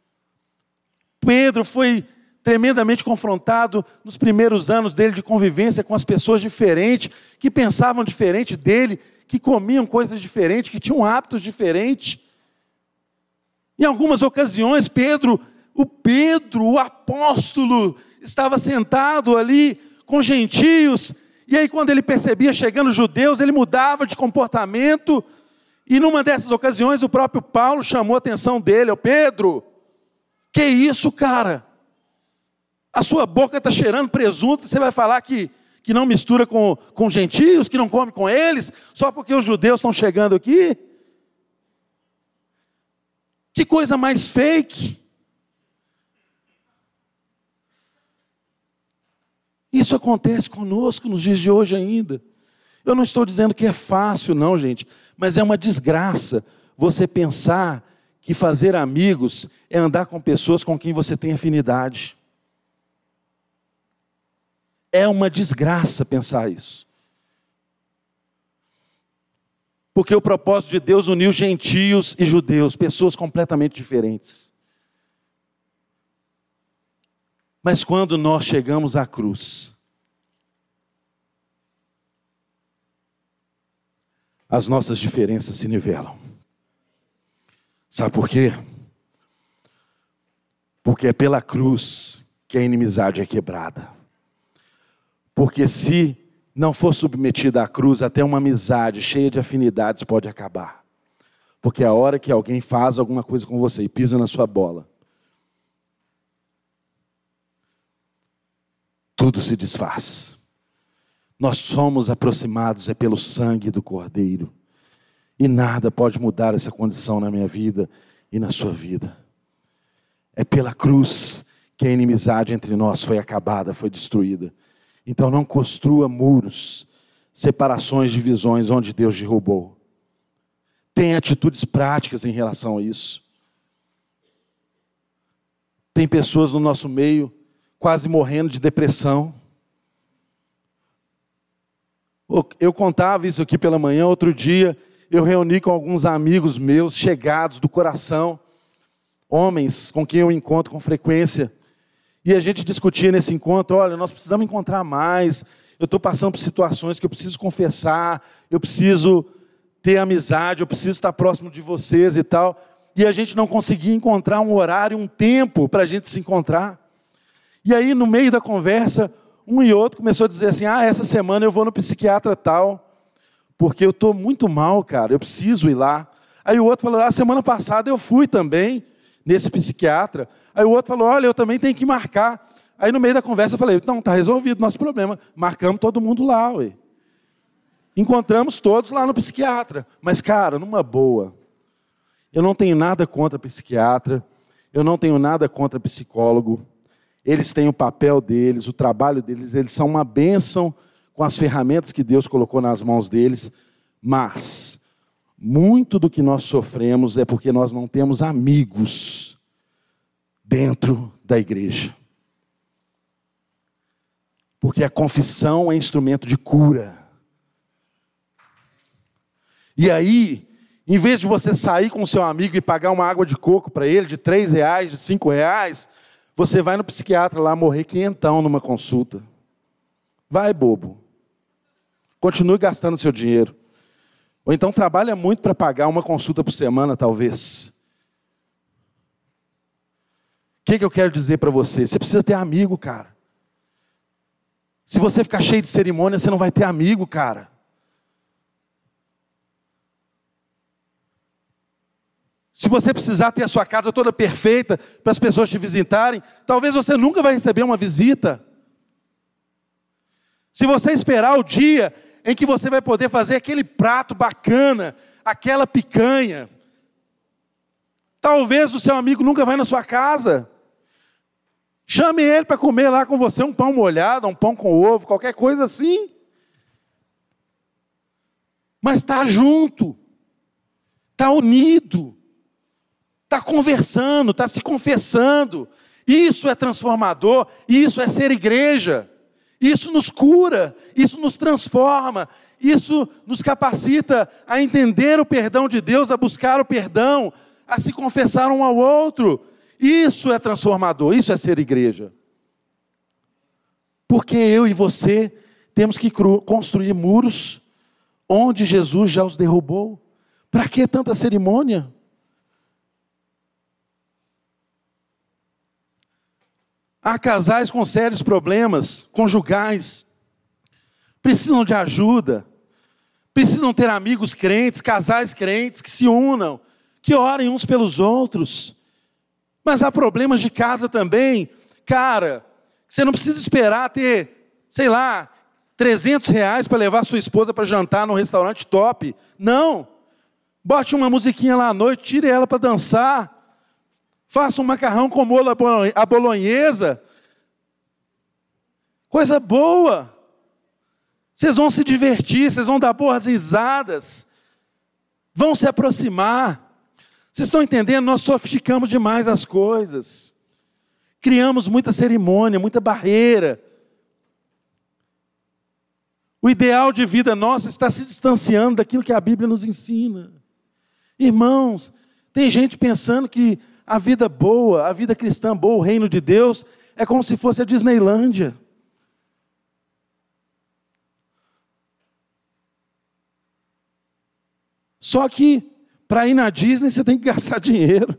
Pedro foi tremendamente confrontado nos primeiros anos dele de convivência com as pessoas diferentes, que pensavam diferente dele, que comiam coisas diferentes, que tinham hábitos diferentes. Em algumas ocasiões, o apóstolo, estava sentado ali com gentios, e aí quando ele percebia chegando judeus, ele mudava de comportamento, e numa dessas ocasiões o próprio Paulo chamou a atenção dele: Pedro, que isso, cara? A sua boca está cheirando presunto, você vai falar que não mistura com gentios, que não come com eles, só porque os judeus estão chegando aqui? Que coisa mais fake! Isso acontece conosco nos dias de hoje ainda. Eu não estou dizendo que é fácil não, gente, mas é uma desgraça você pensar que fazer amigos é andar com pessoas com quem você tem afinidade. É uma desgraça pensar isso. Porque o propósito de Deus uniu gentios e judeus, pessoas completamente diferentes. Mas quando nós chegamos à cruz, as nossas diferenças se nivelam. Sabe por quê? Porque é pela cruz que a inimizade é quebrada. Porque se não for submetida à cruz, até uma amizade cheia de afinidades pode acabar. Porque a hora que alguém faz alguma coisa com você e pisa na sua bola, tudo se desfaz. Nós somos aproximados pelo sangue do Cordeiro. E nada pode mudar essa condição na minha vida e na sua vida. É pela cruz que a inimizade entre nós foi acabada, foi destruída. Então não construa muros, separações, divisões onde Deus derrubou. Tenha atitudes práticas em relação a isso. Tem pessoas no nosso meio quase morrendo de depressão. Eu contava isso aqui pela manhã, outro dia eu reuni com alguns amigos meus, chegados do coração, homens com quem eu encontro com frequência. E a gente discutia nesse encontro: olha, nós precisamos encontrar mais. eu estou passando por situações que eu preciso confessar, eu preciso ter amizade, eu preciso estar próximo de vocês e tal. E a gente não conseguia encontrar um horário, um tempo para a gente se encontrar. E aí, no meio da conversa, um e outro começou a dizer assim, essa semana eu vou no psiquiatra tal, porque eu estou muito mal, cara, eu preciso ir lá. Aí o outro falou, semana passada eu fui também nesse psiquiatra. Aí o outro falou, olha, eu também tenho que marcar. Aí no meio da conversa eu falei, não, está resolvido o nosso problema. Marcamos todo mundo lá, ué. Encontramos todos lá no psiquiatra. Mas, cara, numa boa, eu não tenho nada contra psiquiatra, eu não tenho nada contra psicólogo. Eles têm o papel deles, o trabalho deles, eles são uma bênção com as ferramentas que Deus colocou nas mãos deles. Mas muito do que nós sofremos é porque nós não temos amigos dentro da igreja. Porque a confissão é instrumento de cura. E aí, em vez de você sair com o seu amigo e pagar uma água de coco para ele, de R$3, de R$5, você vai no psiquiatra lá morrer quinhentão numa consulta. Vai, bobo. Continue gastando seu dinheiro. Ou então trabalha muito para pagar uma consulta por semana, talvez. O que eu quero dizer para você? Você precisa ter amigo, cara. Se você ficar cheio de cerimônia, você não vai ter amigo, cara. Se você precisar ter a sua casa toda perfeita para as pessoas te visitarem, talvez você nunca vai receber uma visita. Se você esperar o dia em que você vai poder fazer aquele prato bacana, aquela picanha, talvez o seu amigo nunca vai na sua casa. Chame ele para comer lá com você um pão molhado, um pão com ovo, qualquer coisa assim. Mas está junto, está unido, está conversando, está se confessando. Isso é transformador, isso é ser igreja. Isso nos cura, isso nos transforma, isso nos capacita a entender o perdão de Deus, a buscar o perdão, a se confessar um ao outro. Isso é transformador, isso é ser igreja. Porque eu e você temos que construir muros onde Jesus já os derrubou. Para que tanta cerimônia? Há casais com sérios problemas conjugais, precisam de ajuda, precisam ter amigos crentes, casais crentes que se unam, que orem uns pelos outros. Mas há problemas de casa também, cara, você não precisa esperar ter, sei lá, R$300 para levar sua esposa para jantar num restaurante top. Não, bote uma musiquinha lá à noite, tire ela para dançar. Faça um macarrão com molho à bolonhesa. Coisa boa. Vocês vão se divertir, vocês vão dar boas risadas. Vão se aproximar. Vocês estão entendendo? Nós sofisticamos demais as coisas. Criamos muita cerimônia, muita barreira. O ideal de vida nosso está se distanciando daquilo que a Bíblia nos ensina. Irmãos, tem gente pensando que a vida boa, a vida cristã boa, o reino de Deus, é como se fosse a Disneylândia. Só que, para ir na Disney, você tem que gastar dinheiro.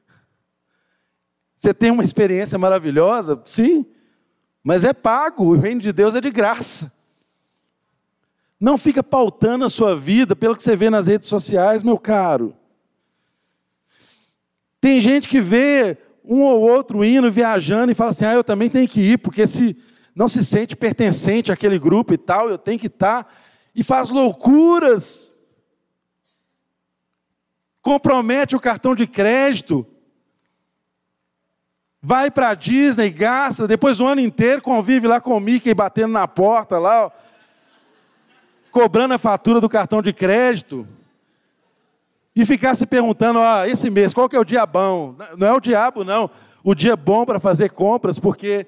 Você tem uma experiência maravilhosa, sim, mas é pago, o reino de Deus é de graça. Não fica pautando a sua vida pelo que você vê nas redes sociais, meu caro. Tem gente que vê um ou outro indo, viajando, e fala assim, eu também tenho que ir, porque se não se sente pertencente àquele grupo e tal, eu tenho que estar, e faz loucuras. Compromete o cartão de crédito, vai para a Disney, gasta, depois o ano inteiro convive lá com o Mickey batendo na porta, lá, ó, cobrando a fatura do cartão de crédito. E ficar se perguntando, esse mês, qual que é o dia bom? Não é o diabo, não. O dia bom para fazer compras, porque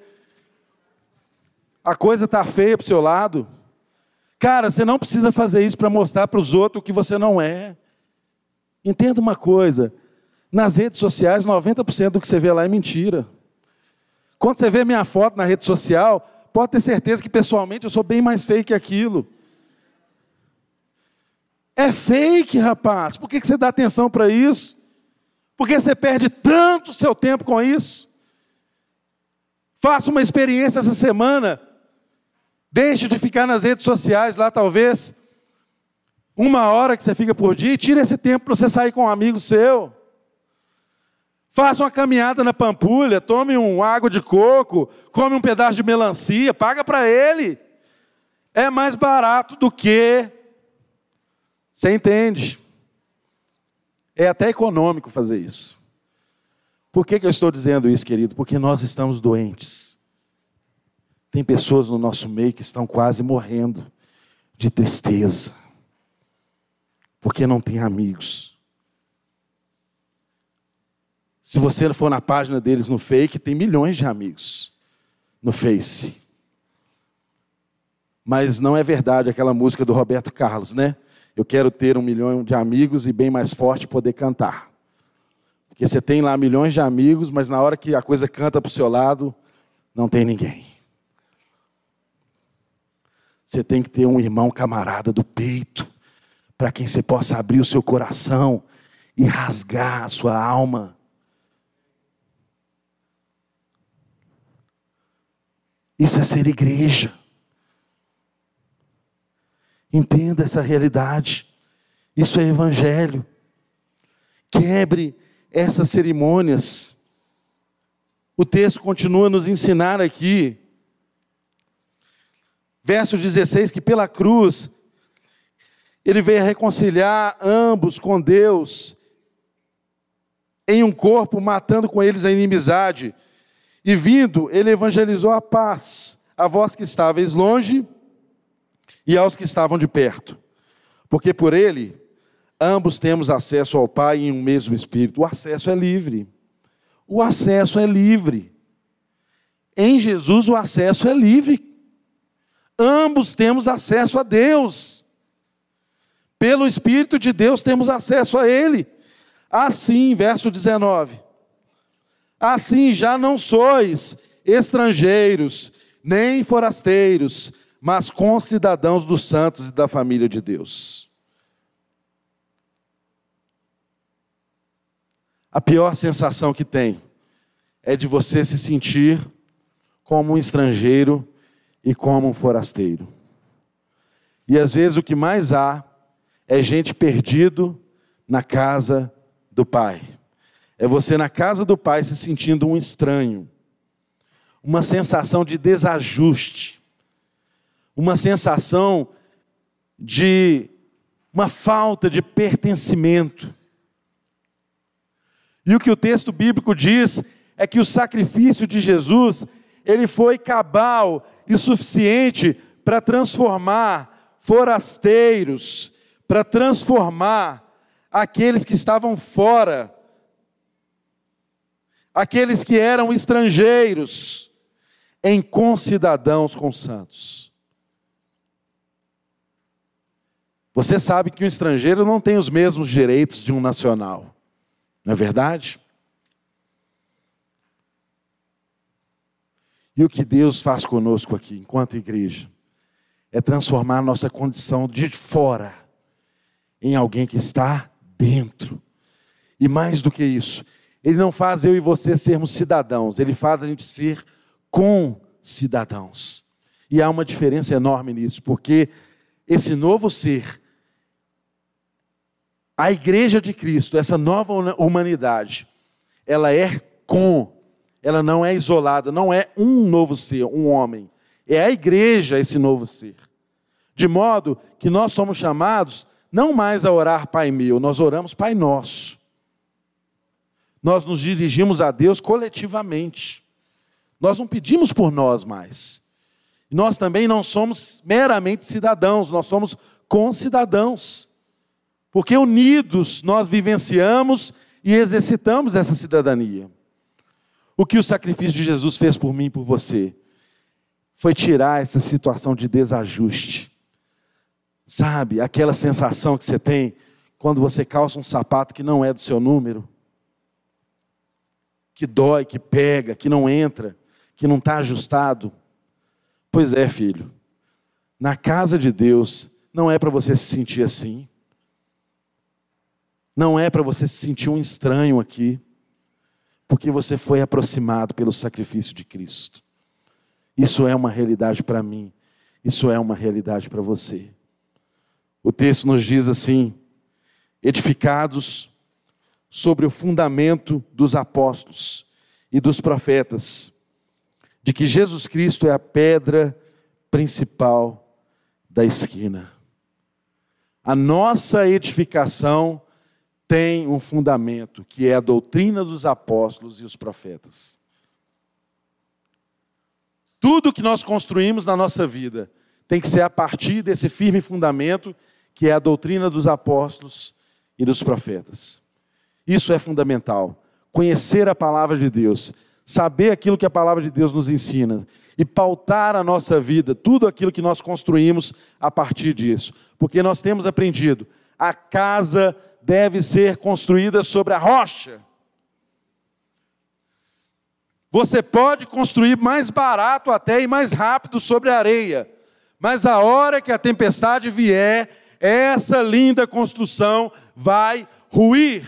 a coisa está feia para o seu lado. Cara, você não precisa fazer isso para mostrar para os outros o que você não é. Entenda uma coisa, nas redes sociais, 90% do que você vê lá é mentira. Quando você vê minha foto na rede social, pode ter certeza que pessoalmente eu sou bem mais feio que aquilo. É fake, rapaz. Por que você dá atenção para isso? Por que você perde tanto seu tempo com isso? Faça uma experiência essa semana. Deixe de ficar nas redes sociais lá, talvez 1 hora que você fica por dia, e tira esse tempo para você sair com um amigo seu. Faça uma caminhada na Pampulha, tome uma água de coco, come um pedaço de melancia, paga para ele. É mais barato do que... Você entende? É até econômico fazer isso. Por que eu estou dizendo isso, querido? Porque nós estamos doentes. Tem pessoas no nosso meio que estão quase morrendo de tristeza, porque não tem amigos. Se você for na página deles no Fake, tem milhões de amigos no Face. Mas não é verdade aquela música do Roberto Carlos, né? Eu quero ter 1 milhão de amigos e bem mais forte poder cantar. Porque você tem lá milhões de amigos, mas na hora que a coisa canta para o seu lado, não tem ninguém. Você tem que ter um irmão camarada do peito, para quem você possa abrir o seu coração e rasgar a sua alma. Isso é ser igreja. Entenda essa realidade. Isso é evangelho. Quebre essas cerimônias. O texto continua a nos ensinar aqui. Verso 16, que pela cruz, ele veio reconciliar ambos com Deus, em um corpo, matando com eles a inimizade. E vindo, ele evangelizou a paz, a vós que estáveis longe, e aos que estavam de perto. Porque por ele, ambos temos acesso ao Pai em um mesmo Espírito. O acesso é livre. O acesso é livre. Em Jesus o acesso é livre. Ambos temos acesso a Deus. Pelo Espírito de Deus temos acesso a Ele. Assim, verso 19. Assim já não sois estrangeiros, nem forasteiros, mas concidadãos dos santos e da família de Deus. A pior sensação que tem é de você se sentir como um estrangeiro e como um forasteiro. E às vezes o que mais há é gente perdido na casa do Pai. É você na casa do Pai se sentindo um estranho. Uma sensação de desajuste. Uma sensação de uma falta de pertencimento. E o que o texto bíblico diz é que o sacrifício de Jesus, ele foi cabal e suficiente para transformar forasteiros, para transformar aqueles que estavam fora, aqueles que eram estrangeiros, em concidadãos com os santos. Você sabe que um estrangeiro não tem os mesmos direitos de um nacional, não é verdade? E o que Deus faz conosco aqui, enquanto igreja, é transformar a nossa condição de fora em alguém que está dentro. E mais do que isso, Ele não faz eu e você sermos cidadãos, Ele faz a gente ser concidadãos. E há uma diferença enorme nisso, porque esse novo ser, a igreja de Cristo, essa nova humanidade, ela é ela não é isolada, não é um novo ser, um homem. É a igreja esse novo ser. De modo que nós somos chamados não mais a orar Pai meu, nós oramos Pai nosso. Nós nos dirigimos a Deus coletivamente. Nós não pedimos por nós mais. Nós também não somos meramente cidadãos, nós somos concidadãos. Porque unidos nós vivenciamos e exercitamos essa cidadania. O que o sacrifício de Jesus fez por mim e por você foi tirar essa situação de desajuste. Sabe, aquela sensação que você tem quando você calça um sapato que não é do seu número, que dói, que pega, que não entra, que não está ajustado. Pois é, filho. Na casa de Deus não é para você se sentir assim. Não é para você se sentir um estranho aqui. Porque você foi aproximado pelo sacrifício de Cristo. Isso é uma realidade para mim. Isso é uma realidade para você. O texto nos diz assim: edificados sobre o fundamento dos apóstolos e dos profetas, de que Jesus Cristo é a pedra principal da esquina. A nossa edificação tem um fundamento, que é a doutrina dos apóstolos e os profetas. Tudo que nós construímos na nossa vida tem que ser a partir desse firme fundamento, que é a doutrina dos apóstolos e dos profetas. Isso é fundamental. Conhecer a palavra de Deus, saber aquilo que a palavra de Deus nos ensina e pautar a nossa vida, tudo aquilo que nós construímos a partir disso. Porque nós temos aprendido, a casa deve ser construída sobre a rocha. Você pode construir mais barato até e mais rápido sobre a areia, mas a hora que a tempestade vier, essa linda construção vai ruir.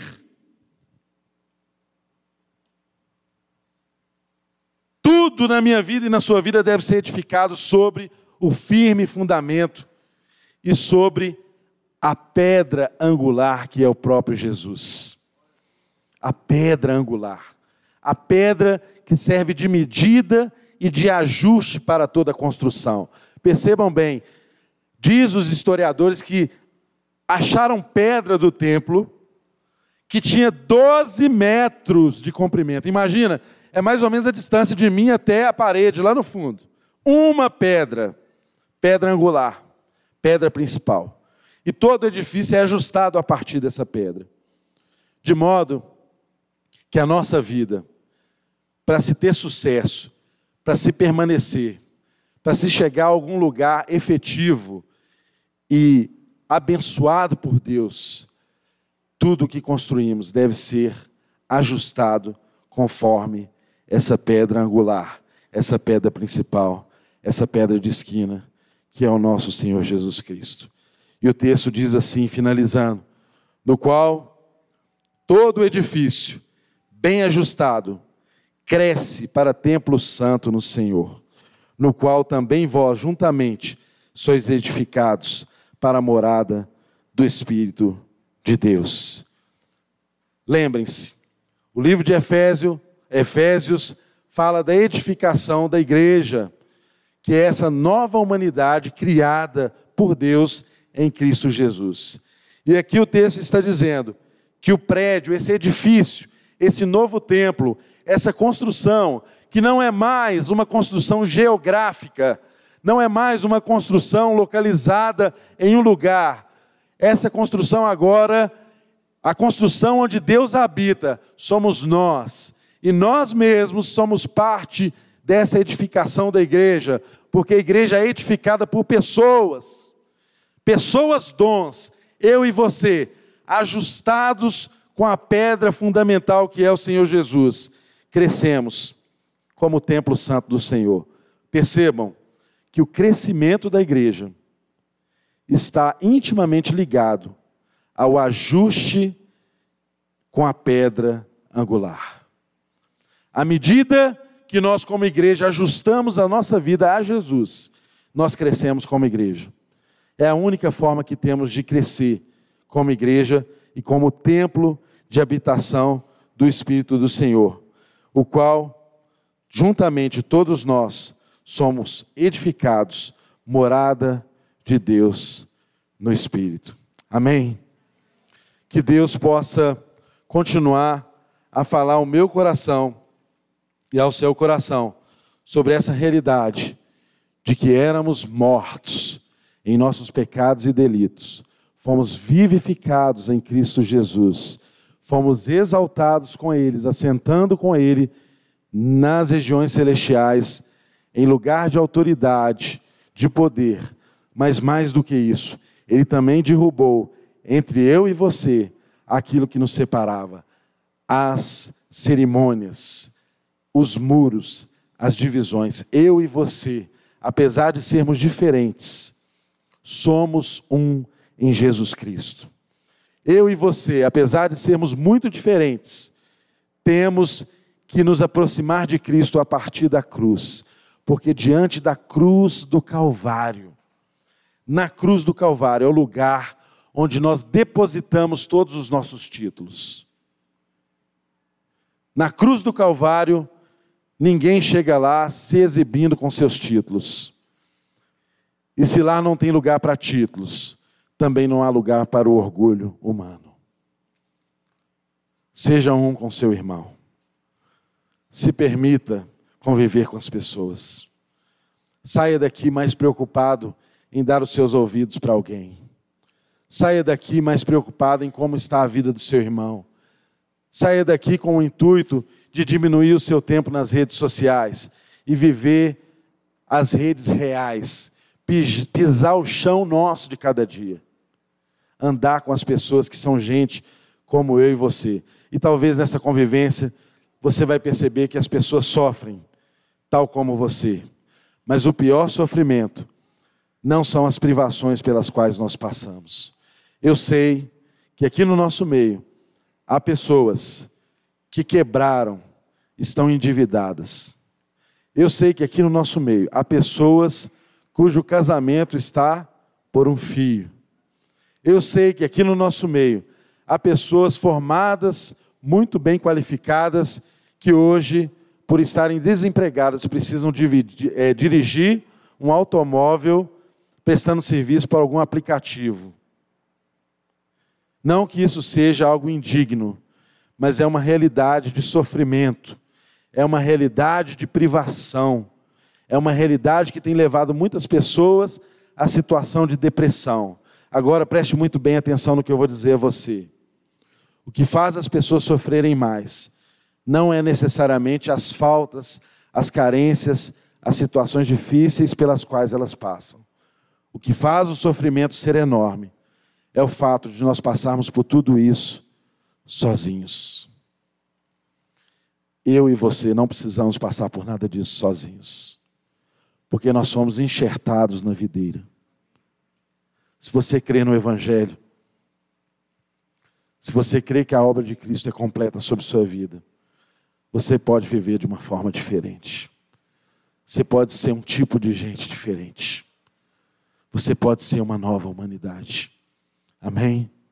Tudo na minha vida e na sua vida deve ser edificado sobre o firme fundamento e sobre a pedra angular, que é o próprio Jesus. A pedra angular. A pedra que serve de medida e de ajuste para toda a construção. Percebam bem, diz os historiadores que acharam pedra do templo que tinha 12 metros de comprimento. Imagina, é mais ou menos a distância de mim até a parede, lá no fundo. Uma pedra, pedra angular, pedra principal. E todo edifício é ajustado a partir dessa pedra. De modo que a nossa vida, para se ter sucesso, para se permanecer, para se chegar a algum lugar efetivo e abençoado por Deus, tudo o que construímos deve ser ajustado conforme essa pedra angular, essa pedra principal, essa pedra de esquina, que é o nosso Senhor Jesus Cristo. E o texto diz assim, finalizando, no qual todo o edifício, bem ajustado, cresce para templo santo no Senhor, no qual também vós, juntamente, sois edificados para a morada do Espírito de Deus. Lembrem-se, o livro de Efésios fala da edificação da igreja, que é essa nova humanidade criada por Deus em Cristo Jesus. E aqui o texto está dizendo que o prédio, esse edifício, esse novo templo, essa construção, que não é mais uma construção geográfica, não é mais uma construção localizada em um lugar. Essa construção agora, a construção onde Deus habita, somos nós. E nós mesmos somos parte dessa edificação da igreja, porque a igreja é edificada por pessoas dons, eu e você, ajustados com a pedra fundamental que é o Senhor Jesus, crescemos como o templo santo do Senhor. Percebam que o crescimento da igreja está intimamente ligado ao ajuste com a pedra angular. À medida que nós como igreja ajustamos a nossa vida a Jesus, nós crescemos como igreja. É a única forma que temos de crescer como igreja e como templo de habitação do Espírito do Senhor, o qual, juntamente todos nós, somos edificados, morada de Deus no Espírito. Amém? Que Deus possa continuar a falar ao meu coração e ao seu coração sobre essa realidade de que éramos mortos em nossos pecados e delitos, fomos vivificados em Cristo Jesus, fomos exaltados com eles, assentando com Ele nas regiões celestiais, em lugar de autoridade, de poder, mas mais do que isso, Ele também derrubou entre eu e você aquilo que nos separava, as cerimônias, os muros, as divisões. Eu e você apesar de sermos diferentes, somos um em Jesus Cristo. Eu e você, apesar de sermos muito diferentes, temos que nos aproximar de Cristo a partir da cruz, porque diante da cruz do Calvário, na cruz do Calvário é o lugar onde nós depositamos todos os nossos títulos. Na cruz do Calvário, ninguém chega lá se exibindo com seus títulos. E se lá não tem lugar para títulos, também não há lugar para o orgulho humano. Seja um com seu irmão. Se permita conviver com as pessoas. Saia daqui mais preocupado em dar os seus ouvidos para alguém. Saia daqui mais preocupado em como está a vida do seu irmão. Saia daqui com o intuito de diminuir o seu tempo nas redes sociais e viver as redes reais, pisar o chão nosso de cada dia. Andar com as pessoas que são gente como eu e você. E talvez nessa convivência você vai perceber que as pessoas sofrem, tal como você. Mas o pior sofrimento não são as privações pelas quais nós passamos. Eu sei que aqui no nosso meio há pessoas que quebraram, estão endividadas. Eu sei que aqui no nosso meio há pessoas cujo casamento está por um fio. Eu sei que aqui no nosso meio há pessoas formadas, muito bem qualificadas, que hoje, por estarem desempregadas, precisam dirigir um automóvel prestando serviço para algum aplicativo. Não que isso seja algo indigno, mas é uma realidade de sofrimento, é uma realidade de privação, é uma realidade que tem levado muitas pessoas à situação de depressão. Agora preste muito bem atenção no que eu vou dizer a você. O que faz as pessoas sofrerem mais não é necessariamente as faltas, as carências, as situações difíceis pelas quais elas passam. O que faz o sofrimento ser enorme é o fato de nós passarmos por tudo isso sozinhos. Eu e você não precisamos passar por nada disso sozinhos, porque nós somos enxertados na videira. Se você crê no Evangelho, se você crê que a obra de Cristo é completa sobre sua vida, você pode viver de uma forma diferente. Você pode ser um tipo de gente diferente. Você pode ser uma nova humanidade. Amém?